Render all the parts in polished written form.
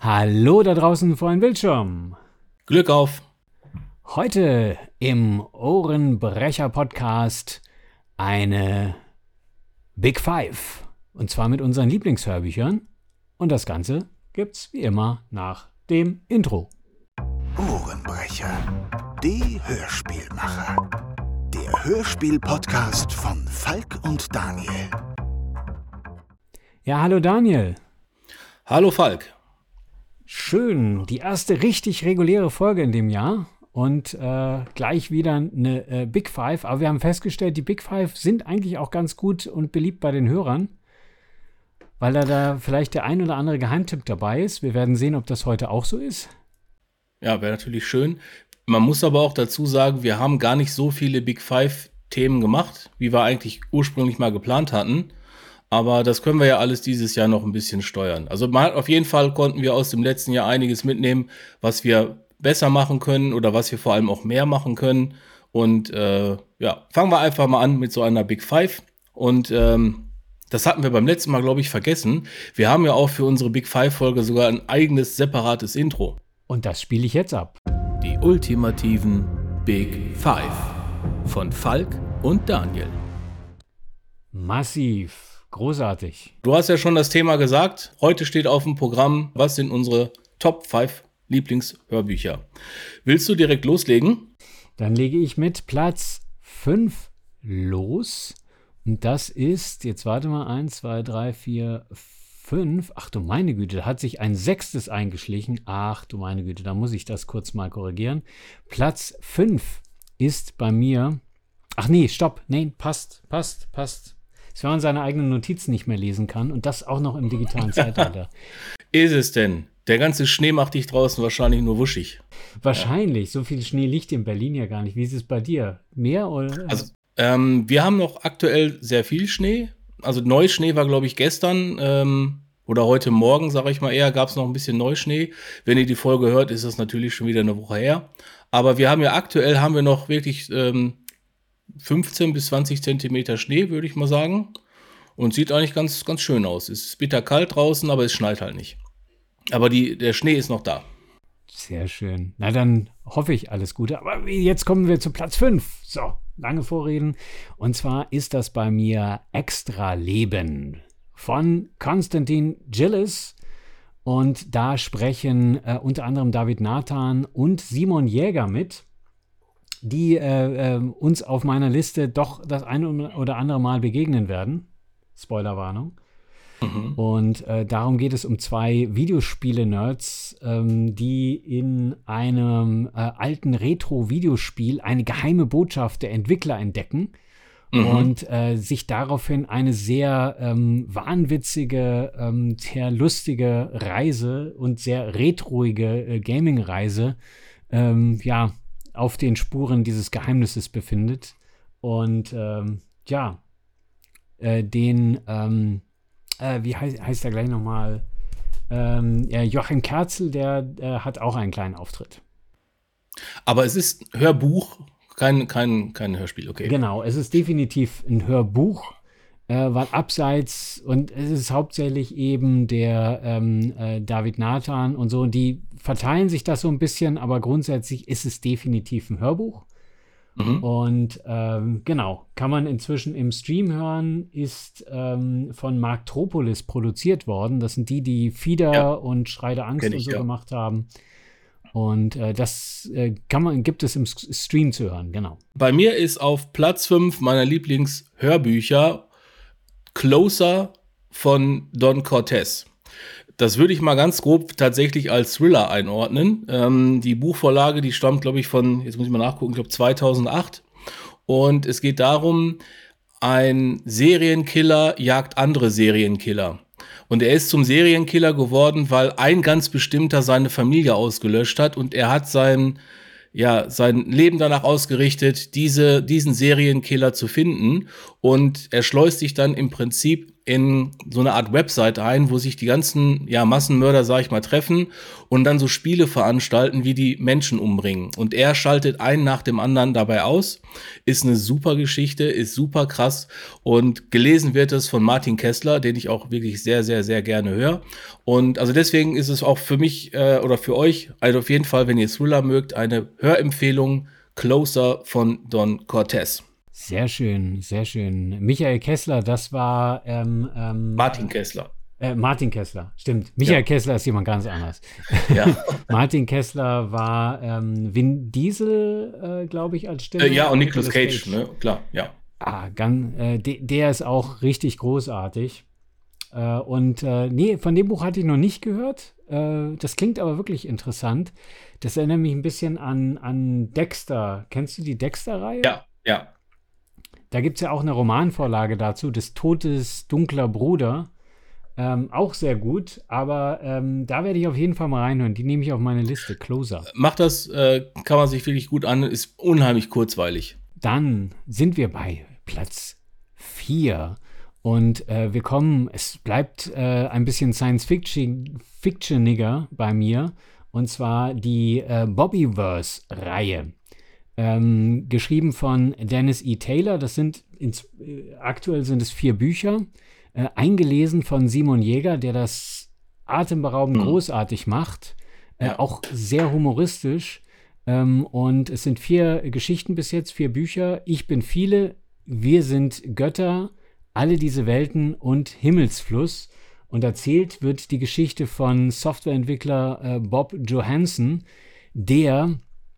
Hallo da draußen vor dem Bildschirm. Glück auf! Heute im Ohrenbrecher-Podcast eine Big Five. Und zwar mit unseren Lieblingshörbüchern. Und das Ganze gibt's wie immer nach dem Intro. Ohrenbrecher, die Hörspielmacher. Der Hörspiel-Podcast von Falk und Daniel. Ja, hallo Daniel. Hallo Falk. Schön, die erste richtig reguläre Folge in dem Jahr und gleich wieder eine Big Five. Aber wir haben festgestellt, die Big Five sind eigentlich auch ganz gut und beliebt bei den Hörern, weil da vielleicht der ein oder andere Geheimtipp dabei ist. Wir werden sehen, ob das heute auch so ist. Ja, wäre natürlich schön. Man muss aber auch dazu sagen, wir haben gar nicht so viele Big Five-Themen gemacht, wie wir eigentlich ursprünglich mal geplant hatten. Aber das können wir ja alles dieses Jahr noch ein bisschen steuern. Also auf jeden Fall konnten wir aus dem letzten Jahr einiges mitnehmen, was wir besser machen können oder was wir vor allem auch mehr machen können. Und fangen wir einfach mal an mit so einer Big Five. Und das hatten wir beim letzten Mal, glaube ich, vergessen. Wir haben ja auch für unsere Big Five-Folge sogar ein eigenes, separates Intro. Und das spiele ich jetzt ab. Die ultimativen Big Five von Falk und Daniel. Massiv. Großartig. Du hast ja schon das Thema gesagt. Heute steht auf dem Programm, was sind unsere Top 5 Lieblingshörbücher. Willst du direkt loslegen? Dann lege ich mit Platz 5 los. Und das ist, jetzt warte mal, 1, 2, 3, 4, 5. Ach du meine Güte, da hat sich ein sechstes eingeschlichen. Ach du meine Güte, da muss ich das kurz mal korrigieren. Platz 5 ist bei mir. Ach nee, stopp. Nee, passt. Wenn man seine eigenen Notizen nicht mehr lesen kann und das auch noch im digitalen Zeitalter. Ist es denn? Der ganze Schnee macht dich draußen wahrscheinlich nur wuschig. Wahrscheinlich. So viel Schnee liegt in Berlin ja gar nicht. Wie ist es bei dir? Mehr oder? Also, wir haben noch aktuell sehr viel Schnee. Also Neuschnee war, glaube ich, gestern oder heute Morgen, sage ich mal eher, gab es noch ein bisschen Neuschnee. Wenn ihr die Folge hört, ist das natürlich schon wieder eine Woche her. Aber wir haben ja aktuell noch wirklich 15 bis 20 Zentimeter Schnee, würde ich mal sagen. Und sieht eigentlich ganz, ganz schön aus. Es ist bitterkalt draußen, aber es schneit halt nicht. Aber der Schnee ist noch da. Sehr schön. Na, dann hoffe ich alles Gute. Aber jetzt kommen wir zu Platz 5. So, lange Vorreden. Und zwar ist das bei mir Extra Leben von Konstantin Gillis. Und da sprechen unter anderem David Nathan und Simon Jäger mit, die uns auf meiner Liste doch das eine oder andere Mal begegnen werden. Spoilerwarnung. Mhm. Und darum geht es um zwei Videospiele-Nerds, die in einem alten Retro-Videospiel eine geheime Botschaft der Entwickler entdecken und sich daraufhin eine sehr wahnwitzige, sehr lustige Reise und sehr retroige Gaming-Reise auf den Spuren dieses Geheimnisses befindet. Und wie heißt er gleich nochmal? Joachim Kerzel, der hat auch einen kleinen Auftritt. Aber es ist Hörbuch, kein Hörspiel, okay. Genau, es ist definitiv ein Hörbuch, weil abseits, und es ist hauptsächlich eben der David Nathan und so, und die verteilen sich das so ein bisschen, aber grundsätzlich ist es definitiv ein Hörbuch. Mhm. Und genau, kann man inzwischen im Stream hören, ist von Marktropolis produziert worden. Das sind die Fieder und Schrei der Angst und so gemacht haben. Und das gibt es im Stream zu hören, genau. Bei mir ist auf Platz 5 meiner Lieblingshörbücher Closer von Don Cortez. Das würde ich mal ganz grob tatsächlich als Thriller einordnen. Die Buchvorlage, die stammt, glaube ich, von, jetzt muss ich mal nachgucken, ich glaube 2008. Und es geht darum, ein Serienkiller jagt andere Serienkiller. Und er ist zum Serienkiller geworden, weil ein ganz bestimmter seine Familie ausgelöscht hat. Und er hat sein Leben danach ausgerichtet, diesen Serienkiller zu finden. Und er schleust sich dann im Prinzip in so eine Art Website ein, wo sich die ganzen Massenmörder, sag ich mal, treffen und dann so Spiele veranstalten, wie die Menschen umbringen. Und er schaltet einen nach dem anderen dabei aus. Ist eine super Geschichte, ist super krass und gelesen wird es von Martin Kessler, den ich auch wirklich sehr, sehr, sehr gerne höre. Und also deswegen ist es auch für mich oder für euch, also auf jeden Fall, wenn ihr Thriller mögt, eine Hörempfehlung, Closer von Don Cortez. Sehr schön, sehr schön. Michael Kessler, das war Martin Kessler. Martin Kessler, stimmt. Michael Kessler ist jemand ganz anders. Ja. Martin Kessler war Vin Diesel, glaube ich, als Stimme. Ja, und Nicolas Cage, ne? Klar, ja. Der ist auch richtig großartig. Von dem Buch hatte ich noch nicht gehört. Das klingt aber wirklich interessant. Das erinnert mich ein bisschen an Dexter. Kennst du die Dexter-Reihe? Ja. Da gibt es ja auch eine Romanvorlage dazu, des Todes dunkler Bruder. Auch sehr gut, aber da werde ich auf jeden Fall mal reinhören. Die nehme ich auf meine Liste, Closer. Macht das, kann man sich wirklich gut an, ist unheimlich kurzweilig. Dann sind wir bei Platz 4 und es bleibt ein bisschen Science-Fictioniger bei mir, und zwar die Bobbyverse-Reihe. Geschrieben von Dennis E. Taylor. Aktuell sind es 4 Bücher. Eingelesen von Simon Jäger, der das atemberaubend großartig macht. Auch sehr humoristisch. Und es sind 4 Geschichten bis jetzt, 4 Bücher. Ich bin viele, wir sind Götter, alle diese Welten und Himmelsfluss. Und erzählt wird die Geschichte von Softwareentwickler Bob Johansen, der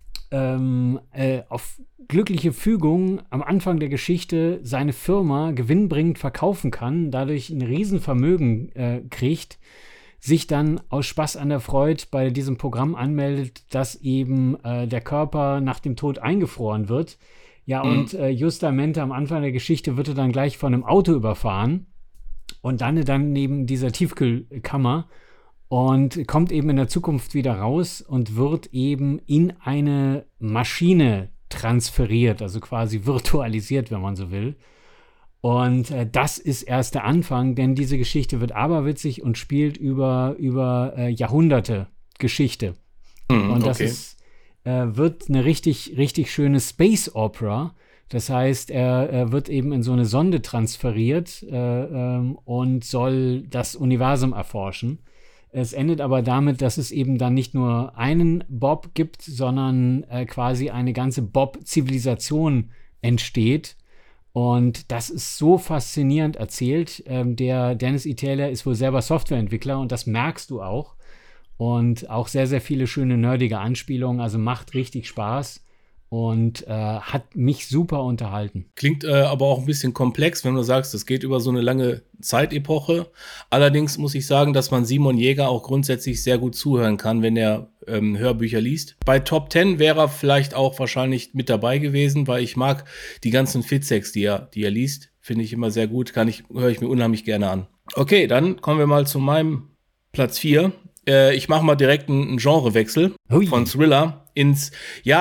auf glückliche Fügung am Anfang der Geschichte seine Firma gewinnbringend verkaufen kann, dadurch ein Riesenvermögen kriegt, sich dann aus Spaß an der Freude bei diesem Programm anmeldet, dass eben der Körper nach dem Tod eingefroren wird. Ja, und justamente am Anfang der Geschichte wird er dann gleich von einem Auto überfahren und dann neben dieser Tiefkühlkammer und kommt eben in der Zukunft wieder raus und wird eben in eine Maschine transferiert, also quasi virtualisiert, wenn man so will. Und das ist erst der Anfang, denn diese Geschichte wird aberwitzig und spielt über Jahrhunderte Geschichte. Und das wird eine richtig, richtig schöne Space Opera. Das heißt, er wird eben in so eine Sonde transferiert und soll das Universum erforschen. Es endet aber damit, dass es eben dann nicht nur einen Bob gibt, sondern quasi eine ganze Bob-Zivilisation entsteht. Und das ist so faszinierend erzählt. Der Dennis E. Taylor ist wohl selber Softwareentwickler und das merkst du auch. Und auch sehr, sehr viele schöne nerdige Anspielungen. Also macht richtig Spaß. Und hat mich super unterhalten. Klingt aber auch ein bisschen komplex, wenn du sagst, es geht über so eine lange Zeitepoche. Allerdings muss ich sagen, dass man Simon Jäger auch grundsätzlich sehr gut zuhören kann, wenn er Hörbücher liest. Bei Top 10 wäre er vielleicht auch wahrscheinlich mit dabei gewesen, weil ich mag die ganzen Fitzeks, die er liest. Finde ich immer sehr gut, höre ich mir unheimlich gerne an. Okay, dann kommen wir mal zu meinem Platz 4. Ich mache mal direkt einen Genrewechsel von Thriller ins,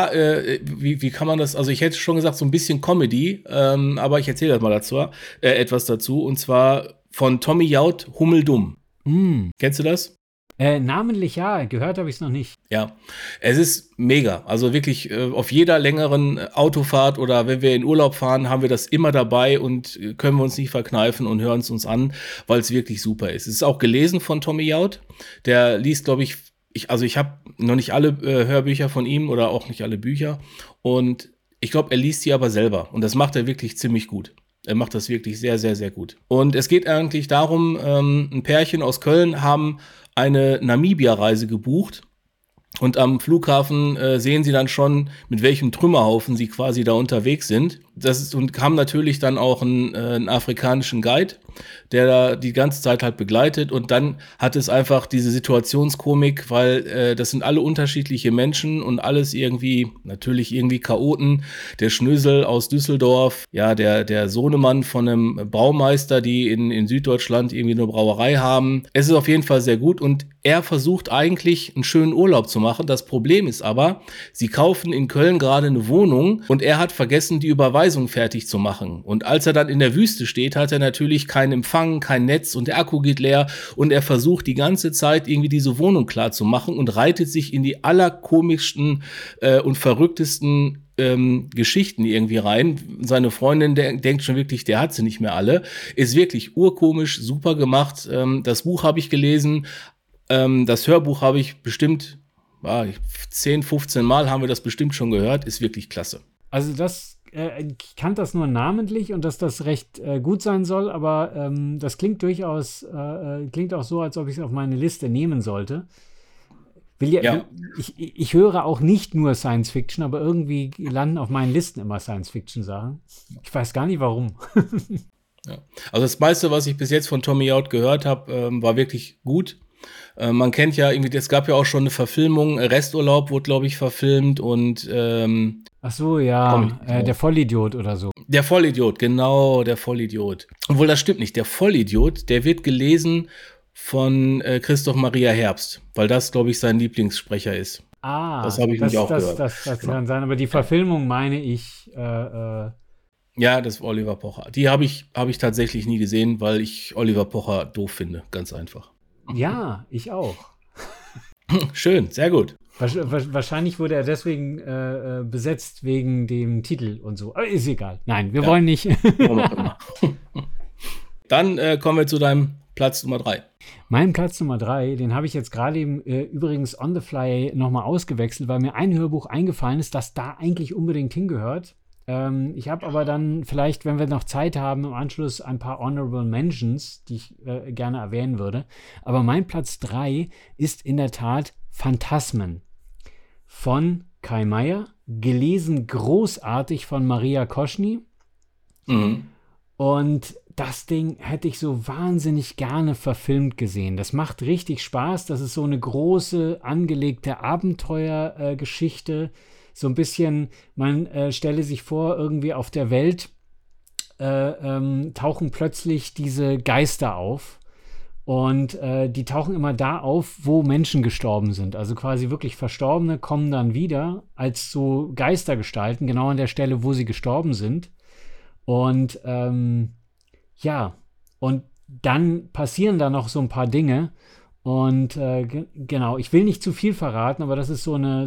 wie kann man das, also ich hätte schon gesagt, so ein bisschen Comedy, aber ich erzähle das mal etwas dazu, und zwar von Tommy Jaud, Hummeldumm. Kennst du das? Namentlich ja, gehört habe ich es noch nicht. Ja, es ist mega. Also wirklich auf jeder längeren Autofahrt oder wenn wir in Urlaub fahren, haben wir das immer dabei und können wir uns nicht verkneifen und hören es uns an, weil es wirklich super ist. Es ist auch gelesen von Tommy Jaud. Der liest, glaube ich, ich habe noch nicht alle Hörbücher von ihm oder auch nicht alle Bücher. Und ich glaube, er liest sie aber selber. Und das macht er wirklich ziemlich gut. Er macht das wirklich sehr, sehr, sehr gut. Und es geht eigentlich darum, ein Pärchen aus Köln haben eine Namibia-Reise gebucht. Und am Flughafen sehen sie dann schon, mit welchem Trümmerhaufen sie quasi da unterwegs sind. Und haben natürlich dann auch einen afrikanischen Guide, der da die ganze Zeit halt begleitet. Und dann hat es einfach diese Situationskomik, weil das sind alle unterschiedliche Menschen und alles natürlich irgendwie Chaoten. Der Schnösel aus Düsseldorf, ja, der Sohnemann von einem Braumeister, die in Süddeutschland irgendwie eine Brauerei haben. Es ist auf jeden Fall sehr gut und er versucht eigentlich einen schönen Urlaub zu machen. Das Problem ist aber, sie kaufen in Köln gerade eine Wohnung und er hat vergessen, die Überweisung fertig zu machen. Und als er dann in der Wüste steht, hat er natürlich kein keinen Empfang, kein Netz und der Akku geht leer und er versucht die ganze Zeit irgendwie diese Wohnung klar zu machen und reitet sich in die allerkomischsten und verrücktesten Geschichten irgendwie rein. Seine Freundin denkt schon wirklich, der hat sie nicht mehr alle. Ist wirklich urkomisch, super gemacht. Das Buch habe ich gelesen. Das Hörbuch habe ich bestimmt 10, 15 Mal haben wir das bestimmt schon gehört. Ist wirklich klasse. Also ich kannte das nur namentlich und dass das recht gut sein soll, aber das klingt durchaus, klingt auch so, als ob ich es auf meine Liste nehmen sollte. Ich höre auch nicht nur Science Fiction, aber irgendwie landen auf meinen Listen immer Science Fiction Sachen. Ich weiß gar nicht warum. Ja. Also das meiste, was ich bis jetzt von Tommy Out gehört habe, war wirklich gut. Man kennt ja irgendwie, es gab ja auch schon eine Verfilmung, Resturlaub wurde, glaube ich, verfilmt und ach so, ja, der Vollidiot oder so. Der Vollidiot, genau, der Vollidiot. Obwohl, das stimmt nicht. Der Vollidiot, der wird gelesen von Christoph Maria Herbst, weil das, glaube ich, sein Lieblingssprecher ist. Das habe ich nicht auch gehört. Das kann sein, aber die Verfilmung meine ich. Ja, das ist Oliver Pocher. Die habe ich tatsächlich nie gesehen, weil ich Oliver Pocher doof finde, ganz einfach. Ja, ich auch. Schön, sehr gut. Wahrscheinlich wurde er deswegen besetzt wegen dem Titel und so. Aber ist egal. Nein, wir wollen nicht. Dann kommen wir zu deinem Platz Nummer 3. Mein Platz Nummer 3, den habe ich jetzt gerade übrigens on the fly nochmal ausgewechselt, weil mir ein Hörbuch eingefallen ist, das da eigentlich unbedingt hingehört. Ich habe aber dann vielleicht, wenn wir noch Zeit haben, im Anschluss ein paar Honorable Mentions, die ich gerne erwähnen würde. Aber mein Platz 3 ist in der Tat Phantasmen von Kai Meier, gelesen großartig von Maria Koschny. Mhm. Und das Ding hätte ich so wahnsinnig gerne verfilmt gesehen. Das macht richtig Spaß. Das ist so eine große, angelegte Abenteuergeschichte. So ein bisschen, man stelle sich vor, irgendwie auf der Welt tauchen plötzlich diese Geister auf. Und die tauchen immer da auf, wo Menschen gestorben sind. Also quasi wirklich Verstorbene kommen dann wieder als so Geistergestalten, genau an der Stelle, wo sie gestorben sind. Und ja, und dann passieren da noch so ein paar Dinge. Und genau, ich will nicht zu viel verraten, aber das ist so eine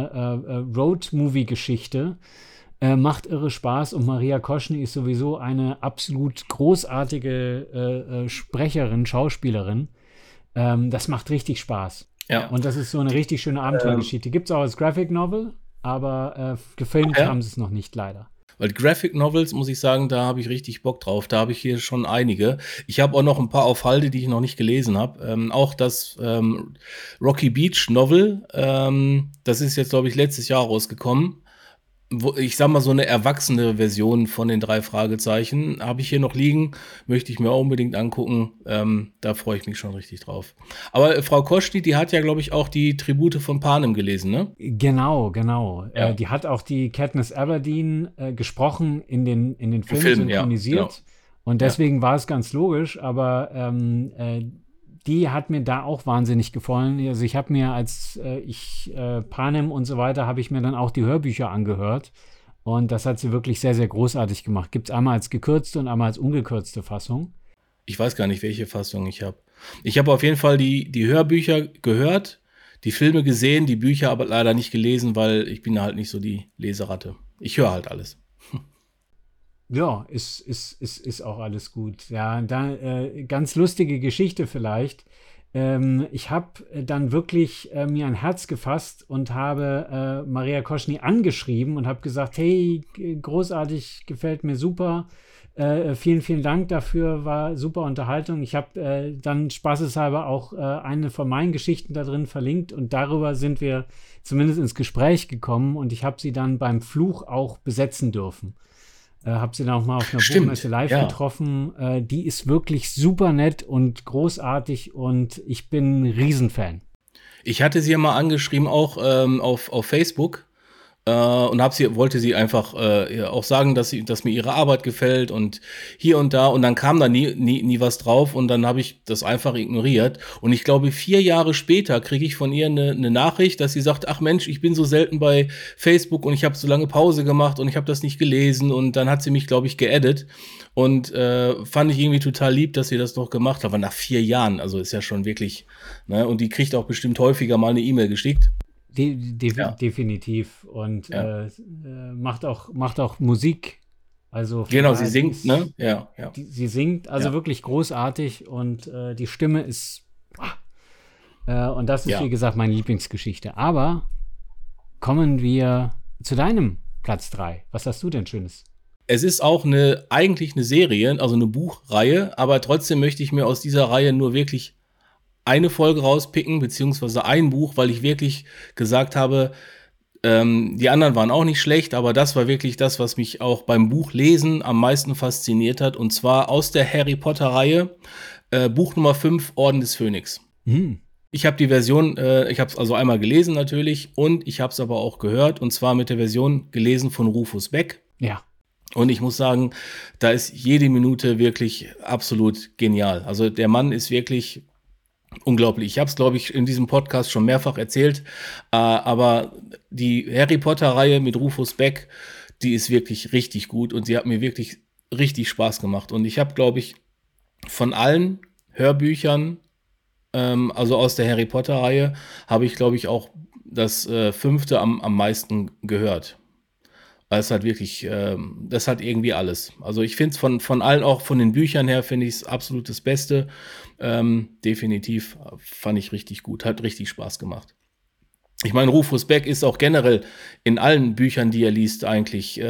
Road-Movie-Geschichte. Macht irre Spaß und Maria Koschny ist sowieso eine absolut großartige Sprecherin, Schauspielerin. Das macht richtig Spaß. Ja. Und das ist so eine richtig schöne Abenteuergeschichte. Gibt es auch als Graphic Novel, aber gefilmt haben sie es noch nicht, leider. Weil Graphic Novels, muss ich sagen, da habe ich richtig Bock drauf. Da habe ich hier schon einige. Ich habe auch noch ein paar auf Halde, die ich noch nicht gelesen habe. Auch das Rocky Beach Novel, das ist jetzt, glaube ich, letztes Jahr rausgekommen. Ich sag mal, so eine erwachsene Version von den 3 Fragezeichen habe ich hier noch liegen. Möchte ich mir auch unbedingt angucken. Da freue ich mich schon richtig drauf. Aber Frau Koschny, die hat ja, glaube ich, auch die Tribute von Panem gelesen, ne? Genau. Ja. Die hat auch die Katniss Everdeen gesprochen in den Filmen synchronisiert. Ja, genau. Und deswegen war es ganz logisch, aber die hat mir da auch wahnsinnig gefallen. Also ich habe mir, als ich Panem und so weiter, habe ich mir dann auch die Hörbücher angehört. Und das hat sie wirklich sehr, sehr großartig gemacht. Gibt es einmal als gekürzte und einmal als ungekürzte Fassung. Ich weiß gar nicht, welche Fassung ich habe. Ich habe auf jeden Fall die Hörbücher gehört, die Filme gesehen, die Bücher aber leider nicht gelesen, weil ich bin halt nicht so die Leseratte. Ich höre halt alles. Ja, ist auch alles gut. Ja, da ganz lustige Geschichte vielleicht. Ich habe dann wirklich mir ein Herz gefasst und habe Maria Koschny angeschrieben und habe gesagt, hey, großartig, gefällt mir super. Vielen, vielen Dank dafür, war super Unterhaltung. Ich habe dann spaßeshalber auch eine von meinen Geschichten da drin verlinkt und darüber sind wir zumindest ins Gespräch gekommen und ich habe sie dann beim Fluch auch besetzen dürfen. Habe sie dann auch mal auf einer Buchmesse live getroffen. Die ist wirklich super nett und großartig und ich bin ein Riesenfan. Ich hatte sie ja mal angeschrieben, auch auf Facebook, und wollte sie einfach ihr auch sagen, dass mir ihre Arbeit gefällt und hier und da, und dann kam da nie was drauf, und dann habe ich das einfach ignoriert, und ich glaube 4 Jahre später kriege ich von ihr eine Nachricht, dass sie sagt, ach Mensch, ich bin so selten bei Facebook und ich habe so lange Pause gemacht und ich habe das nicht gelesen, und dann hat sie mich, glaube ich, geaddet, und fand ich irgendwie total lieb, dass sie das noch gemacht hat, aber nach 4 Jahren, also ist ja schon wirklich, ne, und die kriegt auch bestimmt häufiger mal eine E-Mail geschickt. Definitiv. Und macht auch Musik. Also genau, sie singt, ne? Ja. Sie singt, also wirklich großartig, und die Stimme ist. Und das ist, wie gesagt, meine Lieblingsgeschichte. Aber kommen wir zu deinem Platz 3. Was hast du denn Schönes? Es ist auch eigentlich eine Serie, also eine Buchreihe, aber trotzdem möchte ich mir aus dieser Reihe nur wirklich eine Folge rauspicken, beziehungsweise ein Buch, weil ich wirklich gesagt habe, die anderen waren auch nicht schlecht, aber das war wirklich das, was mich auch beim Buchlesen am meisten fasziniert hat, und zwar aus der Harry Potter-Reihe, Buch Nummer 5, Orden des Phönix. Ich habe die Version, ich habe es also einmal gelesen natürlich, und ich habe es aber auch gehört, und zwar mit der Version gelesen von Rufus Beck. Ja. Und ich muss sagen, da ist jede Minute wirklich absolut genial. Also der Mann ist wirklich unglaublich. Ich habe es, glaube ich, in diesem Podcast schon mehrfach erzählt, aber die Harry Potter-Reihe mit Rufus Beck, die ist wirklich richtig gut, und sie hat mir wirklich richtig Spaß gemacht. Und ich habe, glaube ich, von allen Hörbüchern, also aus der Harry Potter-Reihe, habe ich, glaube ich, auch das 5. am meisten gehört. Es hat wirklich, das hat irgendwie alles. Also ich finde es von allen, auch von den Büchern her, finde ich es absolut das Beste. Definitiv fand ich richtig gut, hat richtig Spaß gemacht. Ich meine, Rufus Beck ist auch generell in allen Büchern, die er liest, eigentlich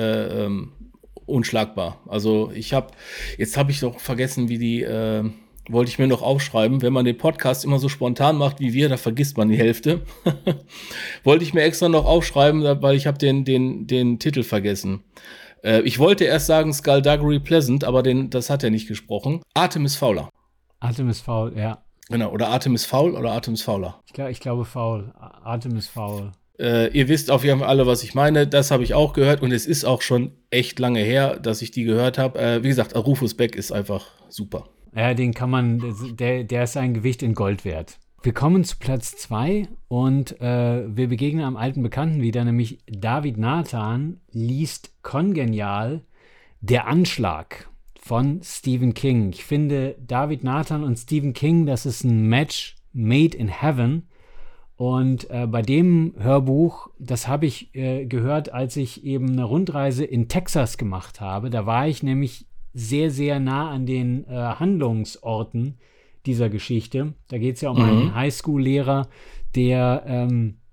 unschlagbar. Also jetzt habe ich doch vergessen, wie die, wollte ich mir noch aufschreiben, wenn man den Podcast immer so spontan macht wie wir, da vergisst man die Hälfte. Wollte ich mir extra noch aufschreiben, weil ich habe den Titel vergessen. Ich wollte erst sagen Skullduggery Pleasant, aber das hat er nicht gesprochen. Artemis Fowler. Artemis Fowl, ja. Genau, oder Artemis Fowl oder Artemis Fowler. Ich glaube Fowl. Artemis Fowl. Ihr wisst auf jeden Fall alle, was ich meine. Das habe ich auch gehört, und es ist auch schon echt lange her, dass ich die gehört habe. Wie gesagt, Rufus Beck ist einfach super. Ja, den kann man, der ist ein Gewicht in Gold wert. Wir kommen zu Platz 2, und wir begegnen einem alten Bekannten wieder, nämlich David Nathan liest kongenial Der Anschlag von Stephen King. Ich finde, David Nathan und Stephen King, das ist ein Match made in heaven. Und bei dem Hörbuch, das habe ich gehört, als ich eben eine Rundreise in Texas gemacht habe. Da war ich nämlich sehr, sehr nah an den Handlungsorten dieser Geschichte. Da geht es ja um einen Highschool-Lehrer, der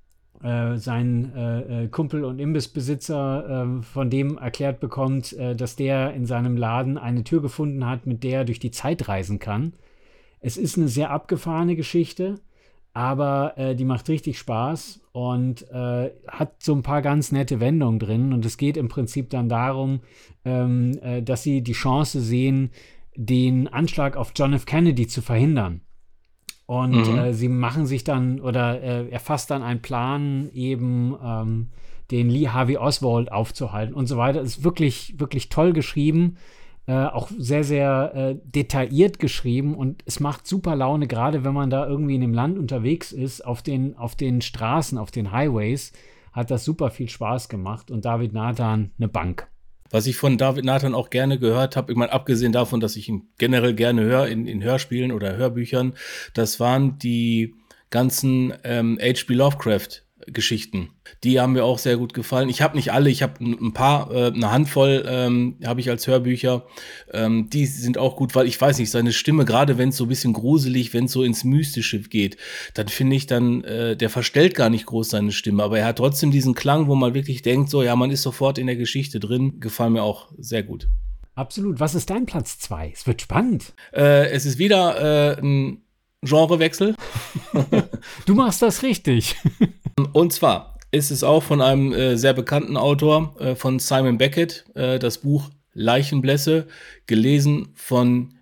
seinen Kumpel und Imbissbesitzer von dem erklärt bekommt, dass der in seinem Laden eine Tür gefunden hat, mit der er durch die Zeit reisen kann. Es ist eine sehr abgefahrene Geschichte, aber die macht richtig Spaß und hat so ein paar ganz nette Wendungen drin. Und es geht im Prinzip dann darum, dass sie die Chance sehen, den Anschlag auf John F. Kennedy zu verhindern. Und sie machen sich dann, oder er fasst dann einen Plan, eben den Lee Harvey Oswald aufzuhalten und so weiter. Ist wirklich, wirklich toll geschrieben. Auch sehr, sehr detailliert geschrieben, und es macht super Laune, gerade wenn man da irgendwie in dem Land unterwegs ist, auf den Straßen, auf den Highways, hat das super viel Spaß gemacht, und David Nathan eine Bank. Was ich von David Nathan auch gerne gehört habe, ich meine, abgesehen davon, dass ich ihn generell gerne höre in Hörspielen oder Hörbüchern, das waren die ganzen H.P. Lovecraft-Geschichten. Die haben mir auch sehr gut gefallen. Ich habe nicht alle, ich habe ein paar, eine Handvoll habe ich als Hörbücher. Die sind auch gut, weil ich weiß nicht, seine Stimme, gerade wenn es so ein bisschen gruselig, wenn es so ins Mystische geht, dann finde ich dann, der verstellt gar nicht groß seine Stimme, aber er hat trotzdem diesen Klang, wo man wirklich denkt, so, ja, man ist sofort in der Geschichte drin. Gefallen mir auch sehr gut. Absolut. Was ist dein Platz 2? Es wird spannend. Es ist wieder ein Genrewechsel. Du machst das richtig. Und zwar ist es auch von einem sehr bekannten Autor, von Simon Beckett, das Buch Leichenblässe, gelesen von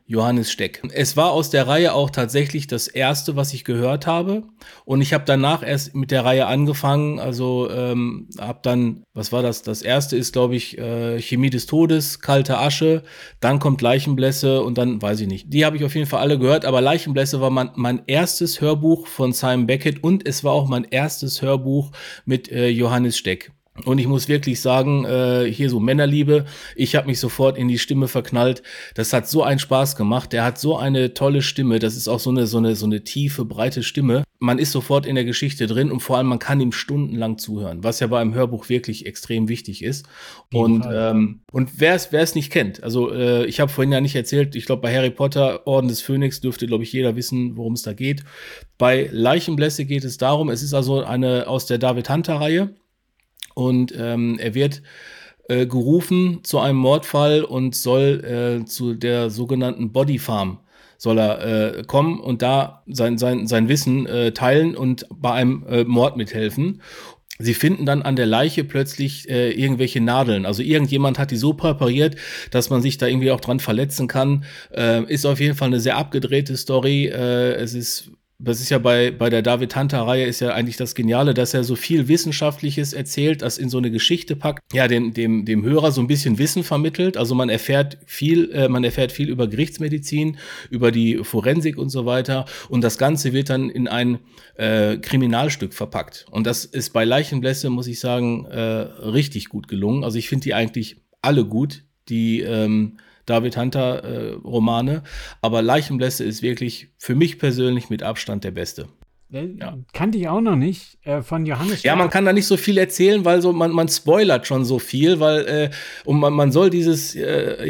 Johannes Steck. Es war aus der Reihe auch tatsächlich das erste, was ich gehört habe. Und ich habe danach erst mit der Reihe angefangen. Also habe dann, was war das? Das erste ist, glaube ich, Chemie des Todes, Kalte Asche. Dann kommt Leichenblässe und dann, weiß ich nicht. Die habe ich auf jeden Fall alle gehört. Aber Leichenblässe war mein erstes Hörbuch von Simon Beckett und es war auch mein erstes Hörbuch mit Johannes Steck. Und ich muss wirklich sagen, hier so Männerliebe, ich habe mich sofort in die Stimme verknallt. Das hat so einen Spaß gemacht. Der hat so eine tolle Stimme. Das ist auch so eine tiefe, breite Stimme. Man ist sofort in der Geschichte drin und vor allem man kann ihm stundenlang zuhören, was ja bei einem Hörbuch wirklich extrem wichtig ist. Und wer es nicht kennt, also ich habe vorhin ja nicht erzählt, ich glaube bei Harry Potter, Orden des Phönix dürfte, glaube ich, jeder wissen, worum es da geht. Bei Leichenblässe geht es darum, es ist also eine aus der David Hunter-Reihe. Und er wird gerufen zu einem Mordfall und soll zu der sogenannten Body Farm soll er kommen und da sein Wissen teilen und bei einem Mord mithelfen. Sie finden dann an der Leiche plötzlich irgendwelche Nadeln. Also irgendjemand hat die so präpariert, dass man sich da irgendwie auch dran verletzen kann. Ist auf jeden Fall eine sehr abgedrehte Story. Das ist ja bei der David Hunter-Reihe ist ja eigentlich das Geniale, dass er so viel Wissenschaftliches erzählt, das in so eine Geschichte packt, ja, dem Hörer so ein bisschen Wissen vermittelt. Also man erfährt viel über Gerichtsmedizin, über die Forensik und so weiter. Und das Ganze wird dann in ein Kriminalstück verpackt. Und das ist bei Leichenblässe, muss ich sagen, richtig gut gelungen. Also ich finde die eigentlich alle gut, die David Hunter Romane, aber Leichenblässe ist wirklich für mich persönlich mit Abstand der beste. Ja. Kannte ich auch noch nicht von Johannes Steck. Ja, man kann da nicht so viel erzählen, weil so man spoilert schon so viel, weil und man soll dieses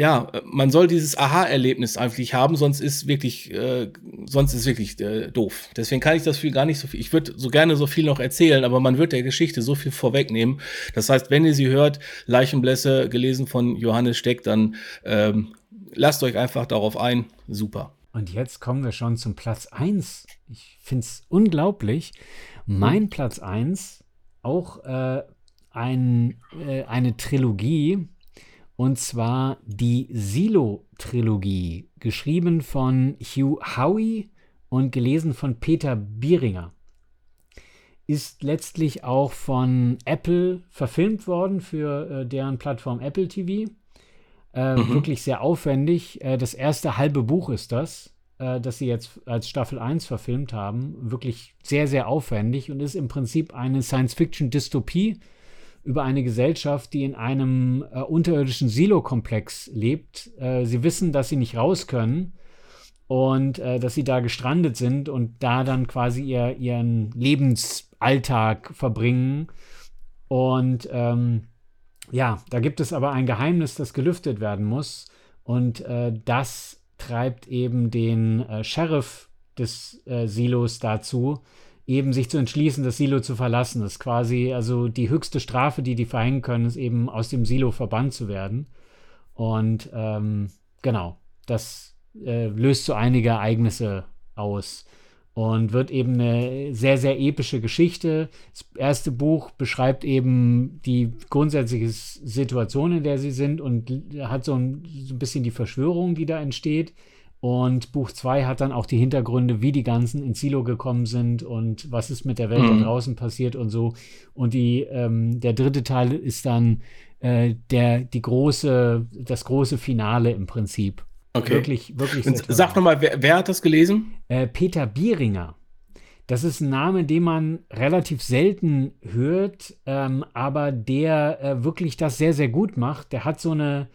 Aha-Erlebnis eigentlich haben, sonst ist wirklich doof. Deswegen kann ich das gar nicht so viel. Ich würde so gerne so viel noch erzählen, aber man wird der Geschichte so viel vorwegnehmen. Das heißt, wenn ihr sie hört, Leichenblässe gelesen von Johannes Steck, dann lasst euch einfach darauf ein. Super. Und jetzt kommen wir schon zum Platz 1. Ich finde es unglaublich. Mein Platz 1, auch eine Trilogie, und zwar die Silo-Trilogie, geschrieben von Hugh Howey und gelesen von Peter Bieringer. Ist letztlich auch von Apple verfilmt worden für deren Plattform Apple TV. Wirklich sehr aufwendig. Das erste halbe Buch ist das sie jetzt als Staffel 1 verfilmt haben. Wirklich sehr, sehr aufwendig und ist im Prinzip eine Science-Fiction-Dystopie über eine Gesellschaft, die in einem unterirdischen Silo-Komplex lebt. Sie wissen, dass sie nicht raus können und dass sie da gestrandet sind und da dann quasi ihren Lebensalltag verbringen. Und ja, da gibt es aber ein Geheimnis, das gelüftet werden muss. Und das treibt eben den Sheriff des Silos dazu, eben sich zu entschließen, das Silo zu verlassen. Das ist quasi, also die höchste Strafe, die verhängen können, ist eben aus dem Silo verbannt zu werden. Und genau, das löst so einige Ereignisse aus. Und wird eben eine sehr, sehr epische Geschichte. Das erste Buch beschreibt eben die grundsätzliche Situation, in der sie sind und hat so ein bisschen die Verschwörung, die da entsteht. Und Buch 2 hat dann auch die Hintergründe, wie die ganzen ins Silo gekommen sind und was ist mit der Welt da draußen passiert und so. Und der dritte Teil ist dann das große Finale im Prinzip. Okay. Wirklich sag nochmal, wer hat das gelesen? Peter Bieringer. Das ist ein Name, den man relativ selten hört, aber der wirklich das sehr, sehr gut macht. Der hat so eine,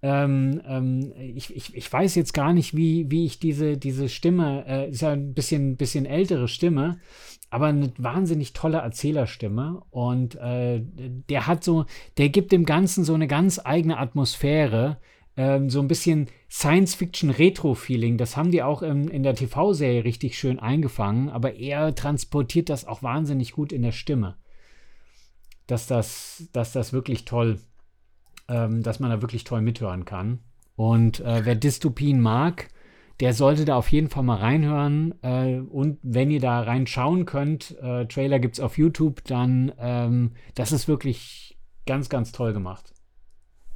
ich weiß jetzt gar nicht, wie ich diese Stimme, ist ja ein bisschen ältere Stimme, aber eine wahnsinnig tolle Erzählerstimme. Und der gibt dem Ganzen so eine ganz eigene Atmosphäre. So ein bisschen Science-Fiction-Retro-Feeling. Das haben die auch in der TV-Serie richtig schön eingefangen, aber er transportiert das auch wahnsinnig gut in der Stimme. Dass das wirklich toll, dass man da wirklich toll mithören kann. Und wer Dystopien mag, der sollte da auf jeden Fall mal reinhören. Und wenn ihr da reinschauen könnt, Trailer gibt's auf YouTube, dann das ist wirklich ganz, ganz toll gemacht.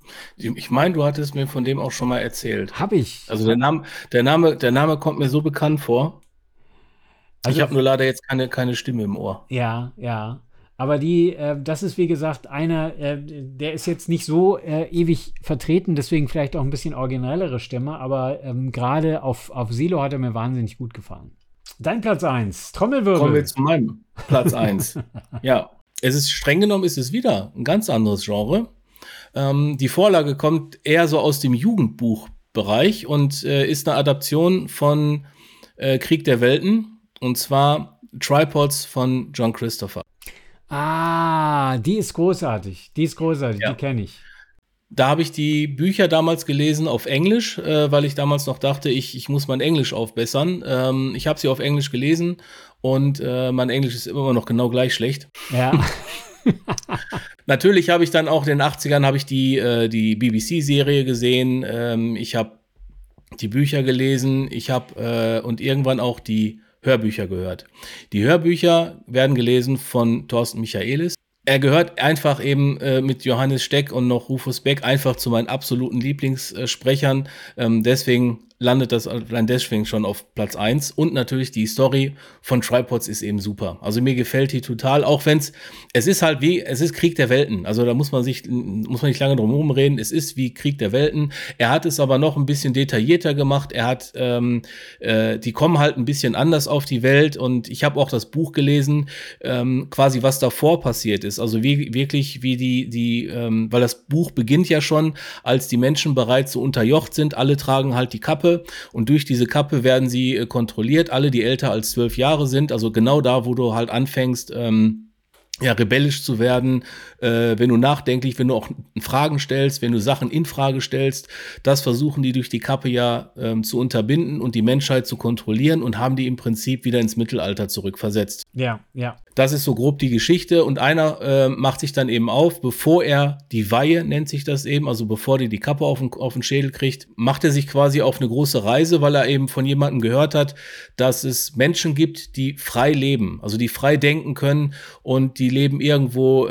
Ich meine, du hattest mir von dem auch schon mal erzählt. Hab ich. Also der Name kommt mir so bekannt vor. Also, Ich habe nur leider jetzt keine Stimme im Ohr. ja, ja. Aber das ist wie gesagt einer, der ist jetzt nicht so ewig vertreten, deswegen vielleicht auch ein bisschen originellere Stimme, aber gerade auf Silo hat er mir wahnsinnig gut gefallen. Dein Platz 1, Trommelwirbel. Kommen wir zu meinem Platz 1. Ja, streng genommen ist es wieder ein ganz anderes Genre. Die Vorlage kommt eher so aus dem Jugendbuchbereich und ist eine Adaption von Krieg der Welten, und zwar Tripods von John Christopher. Ah, die ist großartig. Ja. Die kenne ich. Da habe ich die Bücher damals gelesen auf Englisch, weil ich damals noch dachte, ich muss mein Englisch aufbessern. Ich habe sie auf Englisch gelesen und mein Englisch ist immer noch genau gleich schlecht. Ja. Natürlich habe ich dann auch in den 80ern die BBC-Serie gesehen. Ich habe die Bücher gelesen. Ich habe und irgendwann auch die Hörbücher gehört. Die Hörbücher werden gelesen von Thorsten Michaelis. Er gehört einfach eben mit Johannes Steck und noch Rufus Beck einfach zu meinen absoluten Lieblingssprechern. Deswegen landet das allein deswegen schon auf Platz 1. Und natürlich die Story von Tripods ist eben super. Also mir gefällt die total, auch wenn es ist Krieg der Welten. Also da muss man nicht lange drum herum reden. Es ist wie Krieg der Welten. Er hat es aber noch ein bisschen detaillierter gemacht. Er hat, die kommen halt ein bisschen anders auf die Welt, und ich habe auch das Buch gelesen, quasi was davor passiert ist. Also weil das Buch beginnt ja schon, als die Menschen bereits so unterjocht sind. Alle tragen halt die Kappe, und durch diese Kappe werden sie kontrolliert. Alle, die älter als 12 Jahre sind, also genau da, wo du halt anfängst, rebellisch zu werden, wenn du nachdenklich, wenn du auch Fragen stellst, wenn du Sachen in Frage stellst, das versuchen die durch die Kappe ja zu unterbinden und die Menschheit zu kontrollieren, und haben die im Prinzip wieder ins Mittelalter zurückversetzt. Ja, ja. Das ist so grob die Geschichte, und einer macht sich dann eben auf, bevor er die Weihe, nennt sich das eben, also bevor die Kappe auf den Schädel kriegt, macht er sich quasi auf eine große Reise, weil er eben von jemandem gehört hat, dass es Menschen gibt, die frei leben, also die frei denken können, und die leben irgendwo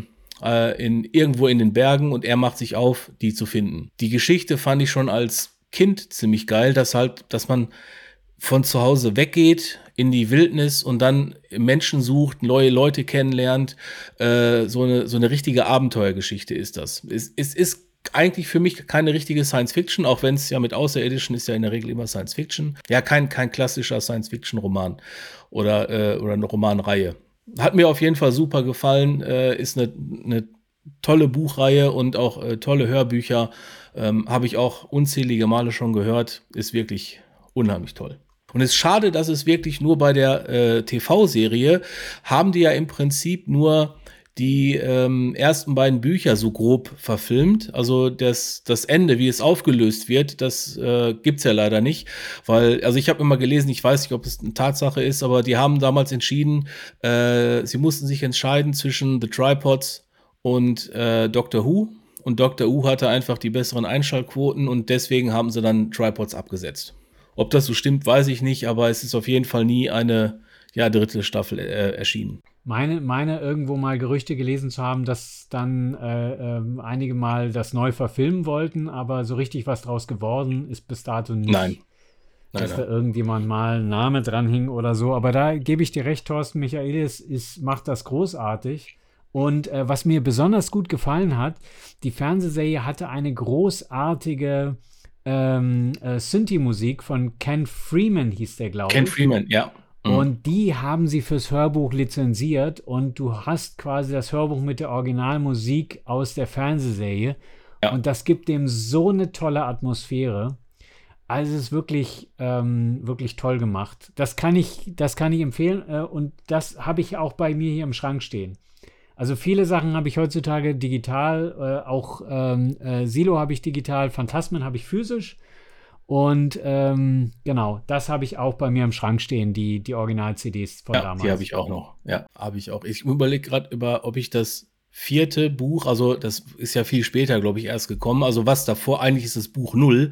in den Bergen, und er macht sich auf, die zu finden. Die Geschichte fand ich schon als Kind ziemlich geil, dass man von zu Hause weggeht in die Wildnis und dann Menschen sucht, neue Leute kennenlernt. So eine richtige Abenteuergeschichte ist das. Es ist eigentlich für mich keine richtige Science-Fiction, auch wenn es ja mit Außerirdischen ist ja in der Regel immer Science-Fiction. Ja, kein klassischer Science-Fiction-Roman oder eine Romanreihe. Hat mir auf jeden Fall super gefallen, ist eine tolle Buchreihe und auch tolle Hörbücher. Habe ich auch unzählige Male schon gehört. Ist wirklich unheimlich toll. Und es ist schade, dass es wirklich nur bei der TV-Serie haben die ja im Prinzip nur die ersten beiden Bücher so grob verfilmt. Also das Ende, wie es aufgelöst wird, das gibt's ja leider nicht. Also ich habe immer gelesen, ich weiß nicht, ob es eine Tatsache ist, aber die haben damals entschieden, sie mussten sich entscheiden zwischen The Tripods und Doctor Who. Und Doctor Who hatte einfach die besseren Einschaltquoten, und deswegen haben sie dann Tripods abgesetzt. Ob das so stimmt, weiß ich nicht, aber es ist auf jeden Fall nie eine dritte Staffel erschienen. Meine irgendwo mal Gerüchte gelesen zu haben, dass dann einige mal das neu verfilmen wollten, aber so richtig was draus geworden ist bis dato nicht. Nein. Dass da irgendjemand mal ein Name dran hing oder so. Aber da gebe ich dir recht, Thorsten Michaelis macht das großartig. Und was mir besonders gut gefallen hat, die Fernsehserie hatte eine großartige Synthi-Musik von Ken Freeman, hieß der, glaube ich. Ken Freeman, ja. Und die haben sie fürs Hörbuch lizenziert, und du hast quasi das Hörbuch mit der Originalmusik aus der Fernsehserie. Ja. Und das gibt dem so eine tolle Atmosphäre. Also es ist wirklich, wirklich toll gemacht. Das kann ich empfehlen, und das habe ich auch bei mir hier im Schrank stehen. Also viele Sachen habe ich heutzutage digital, auch Silo habe ich digital, Phantasmen habe ich physisch. Und genau, das habe ich auch bei mir im Schrank stehen, die Original-CDs von damals. Die habe ich auch noch. Ja, habe ich auch. Ich überlege gerade ob ich das 4. Buch, also das ist ja viel später, glaube ich, erst gekommen. Also was davor, eigentlich ist das Buch 0.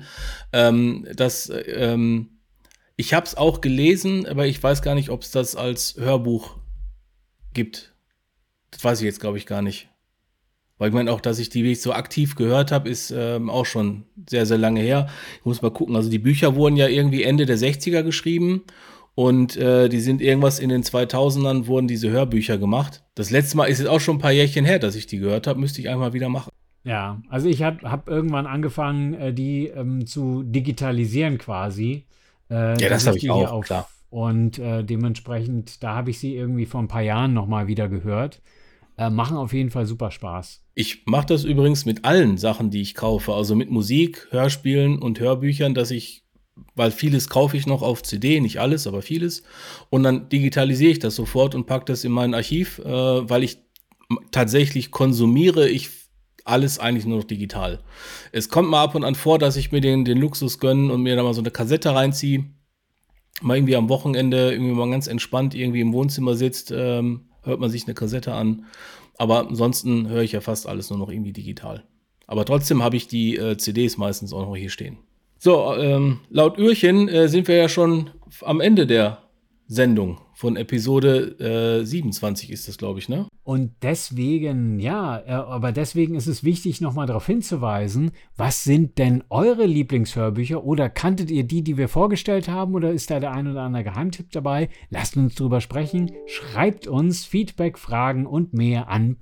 Ich habe es auch gelesen, aber ich weiß gar nicht, ob es das als Hörbuch gibt. Das weiß ich jetzt, glaube ich, gar nicht. Weil ich meine auch, dass ich die wirklich so aktiv gehört habe, ist auch schon sehr, sehr lange her. Ich muss mal gucken, also die Bücher wurden ja irgendwie Ende der 60er geschrieben und die sind irgendwas in den 2000ern wurden diese Hörbücher gemacht. Das letzte Mal ist es auch schon ein paar Jährchen her, dass ich die gehört habe, müsste ich einmal wieder machen. Ja, also ich hab irgendwann angefangen, die zu digitalisieren quasi. Ja, das habe ich auch, klar. Und dementsprechend, da habe ich sie irgendwie vor ein paar Jahren nochmal wieder gehört. Machen auf jeden Fall super Spaß. Ich mache das übrigens mit allen Sachen, die ich kaufe, also mit Musik, Hörspielen und Hörbüchern, weil vieles kaufe ich noch auf CD, nicht alles, aber vieles. Und dann digitalisiere ich das sofort und packe das in mein Archiv, weil ich tatsächlich konsumiere ich alles eigentlich nur noch digital. Es kommt mal ab und an vor, dass ich mir den Luxus gönne und mir da mal so eine Kassette reinziehe, mal irgendwie am Wochenende irgendwie mal ganz entspannt irgendwie im Wohnzimmer sitzt, hört man sich eine Kassette an. Aber ansonsten höre ich ja fast alles nur noch irgendwie digital. Aber trotzdem habe ich die CDs meistens auch noch hier stehen. So, laut Uhrchen sind wir ja schon am Ende der Sendung von Episode 27 ist das, glaube ich, ne? Und deswegen, aber deswegen ist es wichtig, nochmal darauf hinzuweisen, was sind denn eure Lieblingshörbücher oder kanntet ihr die wir vorgestellt haben oder ist da der ein oder andere Geheimtipp dabei? Lasst uns drüber sprechen, schreibt uns Feedback, Fragen und mehr an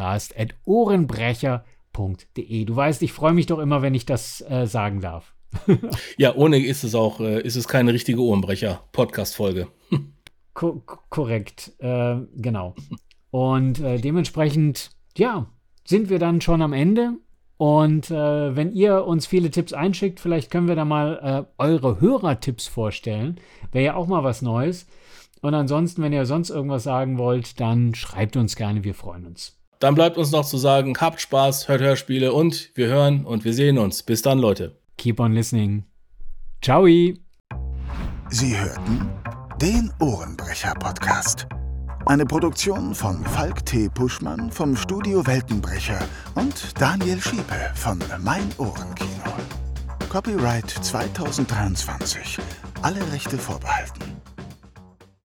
podcast@ohrenbrecher.de. Du weißt, ich freue mich doch immer, wenn ich das sagen darf. Ja, ohne ist es keine richtige Ohrenbrecher-Podcast-Folge. Korrekt, genau. Und dementsprechend, sind wir dann schon am Ende. Und wenn ihr uns viele Tipps einschickt, vielleicht können wir da mal eure Hörertipps vorstellen. Wäre ja auch mal was Neues. Und ansonsten, wenn ihr sonst irgendwas sagen wollt, dann schreibt uns gerne, wir freuen uns. Dann bleibt uns noch zu sagen, habt Spaß, hört Hörspiele und wir hören und wir sehen uns. Bis dann, Leute. Keep on listening. Ciao. Sie hörten den Ohrenbrecher-Podcast. Eine Produktion von Falk T. Puschmann vom Studio Weltenbrecher und Daniel Schiepe von Mein Ohrenkino. Copyright 2023. Alle Rechte vorbehalten.